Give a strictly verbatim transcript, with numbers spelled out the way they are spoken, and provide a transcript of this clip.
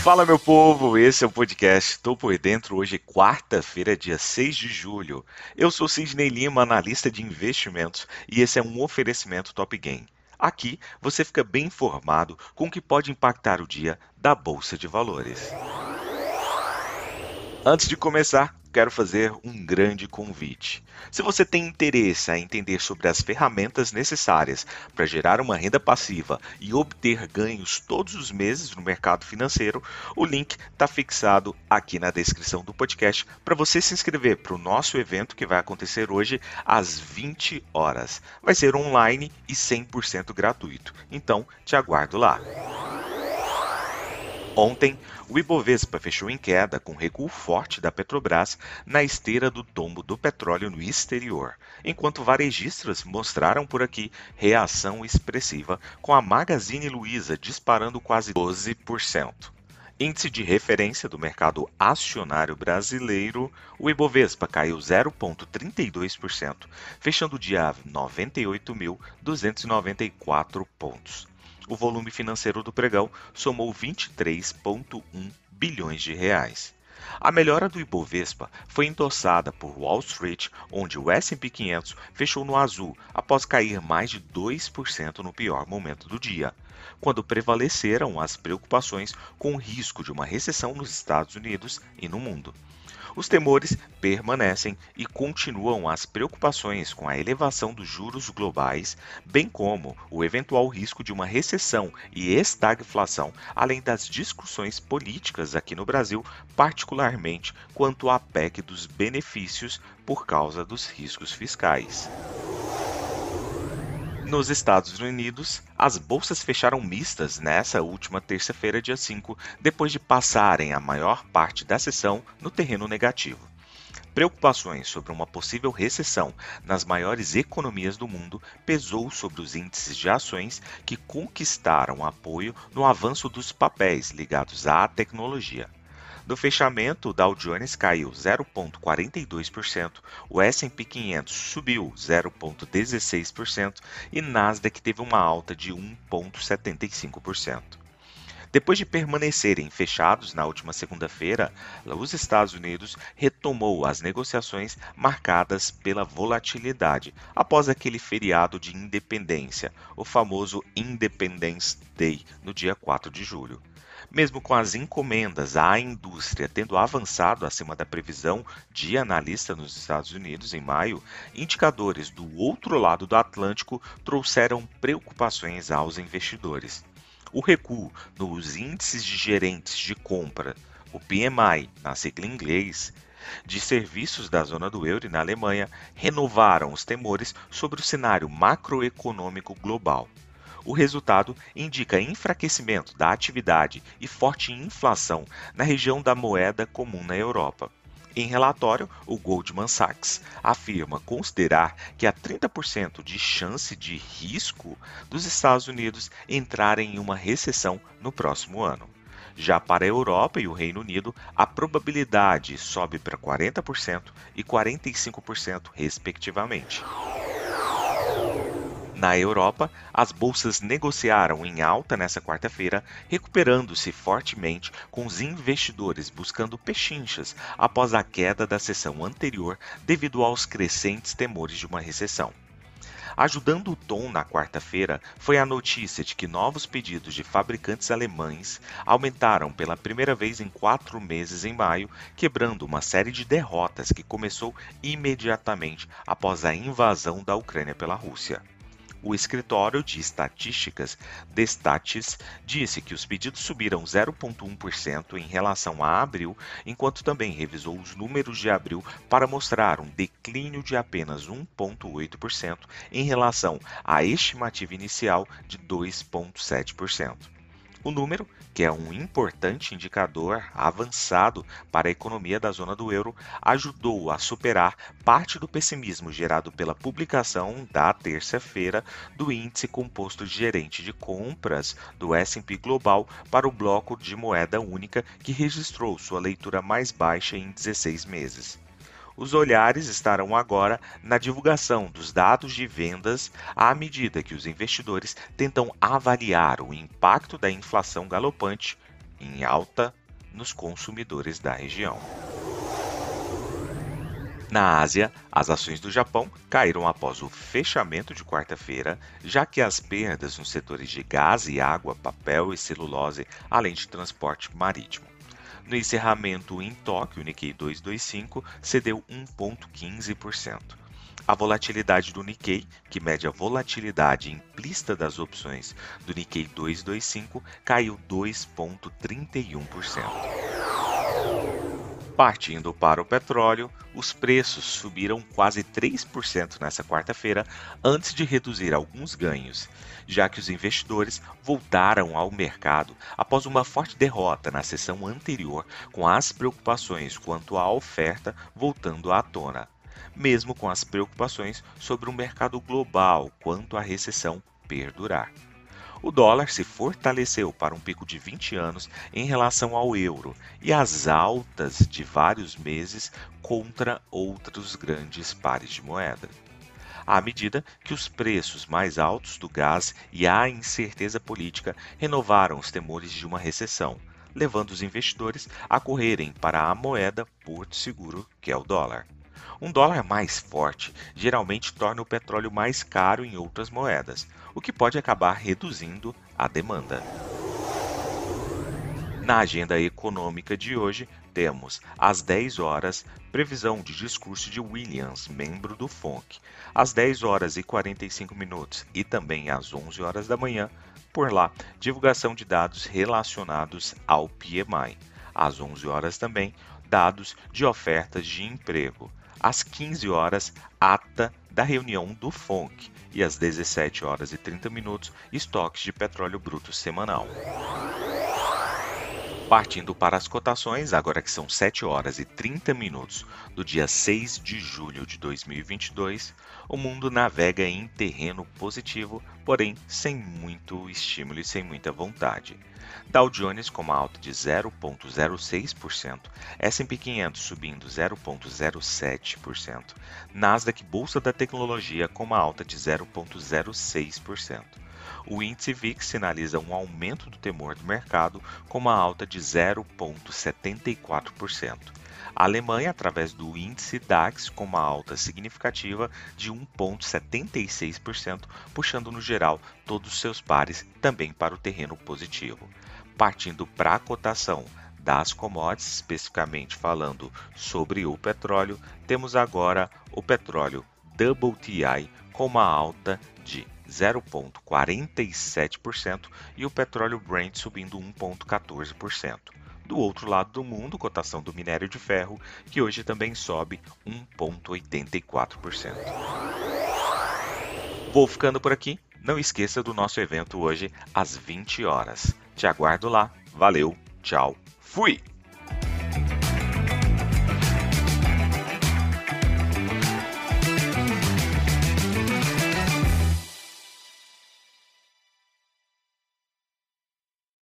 Fala, meu povo, esse é o podcast Tô Por Dentro. Hoje é quarta-feira, dia seis de julho. Eu sou Sidney Lima, analista de investimentos, e esse é um oferecimento Top Game. Aqui você fica bem informado com o que pode impactar o dia da Bolsa de Valores. Antes de começar, quero fazer um grande convite. Se você tem interesse em entender sobre as ferramentas necessárias para gerar uma renda passiva e obter ganhos todos os meses no mercado financeiro, o link está fixado aqui na descrição do podcast para você se inscrever para o nosso evento que vai acontecer hoje às vinte horas. Vai ser online e cem por cento gratuito, então te aguardo lá. Ontem, o Ibovespa fechou em queda com recuo forte da Petrobras na esteira do tombo do petróleo no exterior, enquanto varejistas mostraram por aqui reação expressiva, com a Magazine Luiza disparando quase doze por cento. Índice de referência do mercado acionário brasileiro, o Ibovespa caiu zero vírgula trinta e dois por cento, fechando o dia a noventa e oito mil duzentos e noventa e quatro pontos. O volume financeiro do pregão somou vinte e três vírgula um bilhões de reais. A melhora do Ibovespa foi endossada por Wall Street, onde o S e P quinhentos fechou no azul após cair mais de dois por cento no pior momento do dia, quando prevaleceram as preocupações com o risco de uma recessão nos Estados Unidos e no mundo. Os temores permanecem e continuam as preocupações com a elevação dos juros globais, bem como o eventual risco de uma recessão e estagflação, além das discussões políticas aqui no Brasil, particularmente quanto à P E C dos benefícios por causa dos riscos fiscais. Nos Estados Unidos, as bolsas fecharam mistas nessa última terça-feira, dia cinco, depois de passarem a maior parte da sessão no terreno negativo. Preocupações sobre uma possível recessão nas maiores economias do mundo pesou sobre os índices de ações que conquistaram apoio no avanço dos papéis ligados à tecnologia. No fechamento, o Dow Jones caiu zero vírgula quarenta e dois por cento, o S e P quinhentos subiu zero vírgula dezesseis por cento e Nasdaq teve uma alta de um vírgula setenta e cinco por cento. Depois de permanecerem fechados na última segunda-feira, os Estados Unidos retomou as negociações marcadas pela volatilidade após aquele feriado de independência, o famoso Independence Day, no dia quatro de julho. Mesmo com as encomendas à indústria tendo avançado acima da previsão de analista nos Estados Unidos em maio, indicadores do outro lado do Atlântico trouxeram preocupações aos investidores. O recuo nos índices de gerentes de compra, o P M I, na sigla em inglês, de serviços da zona do euro e na Alemanha, renovaram os temores sobre o cenário macroeconômico global. O resultado indica enfraquecimento da atividade e forte inflação na região da moeda comum na Europa. Em relatório, o Goldman Sachs afirma considerar que há trinta por cento de chance de risco dos Estados Unidos entrarem em uma recessão no próximo ano. Já para a Europa e o Reino Unido, a probabilidade sobe para quarenta por cento e quarenta e cinco por cento, respectivamente. Na Europa, as bolsas negociaram em alta nesta quarta-feira, recuperando-se fortemente, com os investidores buscando pechinchas após a queda da sessão anterior devido aos crescentes temores de uma recessão. Ajudando o tom na quarta-feira foi a notícia de que novos pedidos de fabricantes alemães aumentaram pela primeira vez em quatro meses em maio, quebrando uma série de derrotas que começou imediatamente após a invasão da Ucrânia pela Rússia. O escritório de estatísticas Destatis disse que os pedidos subiram zero vírgula um por cento em relação a abril, enquanto também revisou os números de abril para mostrar um declínio de apenas um vírgula oito por cento em relação à estimativa inicial de dois vírgula sete por cento. O número, que é um importante indicador avançado para a economia da zona do euro, ajudou a superar parte do pessimismo gerado pela publicação da terça-feira do índice composto de gerente de compras do S e P Global para o bloco de moeda única, que registrou sua leitura mais baixa em dezesseis meses. Os olhares estarão agora na divulgação dos dados de vendas à medida que os investidores tentam avaliar o impacto da inflação galopante em alta nos consumidores da região. Na Ásia, as ações do Japão caíram após o fechamento de quarta-feira, já que as perdas nos setores de gás e água, papel e celulose, além de transporte marítimo. No encerramento em Tóquio, o Nikkei duzentos e vinte e cinco cedeu um vírgula quinze por cento. A volatilidade do Nikkei, que mede a volatilidade implícita das opções do Nikkei duzentos e vinte e cinco, caiu dois vírgula trinta e um por cento. Partindo para o petróleo, os preços subiram quase três por cento nesta quarta-feira, antes de reduzir alguns ganhos, já que os investidores voltaram ao mercado após uma forte derrota na sessão anterior, com as preocupações quanto à oferta voltando à tona, mesmo com as preocupações sobre o mercado global quanto à recessão perdurar. O dólar se fortaleceu para um pico de vinte anos em relação ao euro e às altas de vários meses contra outros grandes pares de moeda. À medida que os preços mais altos do gás e a incerteza política renovaram os temores de uma recessão, levando os investidores a correrem para a moeda porto seguro, que é o dólar. Um dólar mais forte geralmente torna o petróleo mais caro em outras moedas, o que pode acabar reduzindo a demanda. Na agenda econômica de hoje, temos às dez horas, previsão de discurso de Williams, membro do F O N C. Às dez horas e quarenta e cinco minutos e também às onze horas da manhã, por lá, divulgação de dados relacionados ao P M I. Às onze horas também, dados de ofertas de emprego. Às quinze horas, ata da reunião do F O N C e às dezessete horas e trinta minutos, estoques de petróleo bruto semanal. Partindo para as cotações, agora que são sete horas e trinta minutos do dia seis de julho de dois mil e vinte e dois, o mundo navega em terreno positivo, porém sem muito estímulo e sem muita vontade. Dow Jones com uma alta de zero vírgula zero seis por cento, S e P quinhentos subindo zero vírgula zero sete por cento, Nasdaq Bolsa da Tecnologia com uma alta de zero vírgula zero seis por cento. O índice V I X sinaliza um aumento do temor do mercado com uma alta de zero vírgula setenta e quatro por cento. A Alemanha, através do índice DAX, com uma alta significativa de um vírgula setenta e seis por cento, puxando no geral todos os seus pares também para o terreno positivo. Partindo para a cotação das commodities, especificamente falando sobre o petróleo, temos agora o petróleo W T I com uma alta de zero vírgula quarenta e sete por cento e o petróleo Brent subindo um vírgula quatorze por cento. Do outro lado do mundo, cotação do minério de ferro, que hoje também sobe um vírgula oitenta e quatro por cento. Vou ficando por aqui. Não esqueça do nosso evento hoje às vinte horas. Te aguardo lá. Valeu, tchau, fui!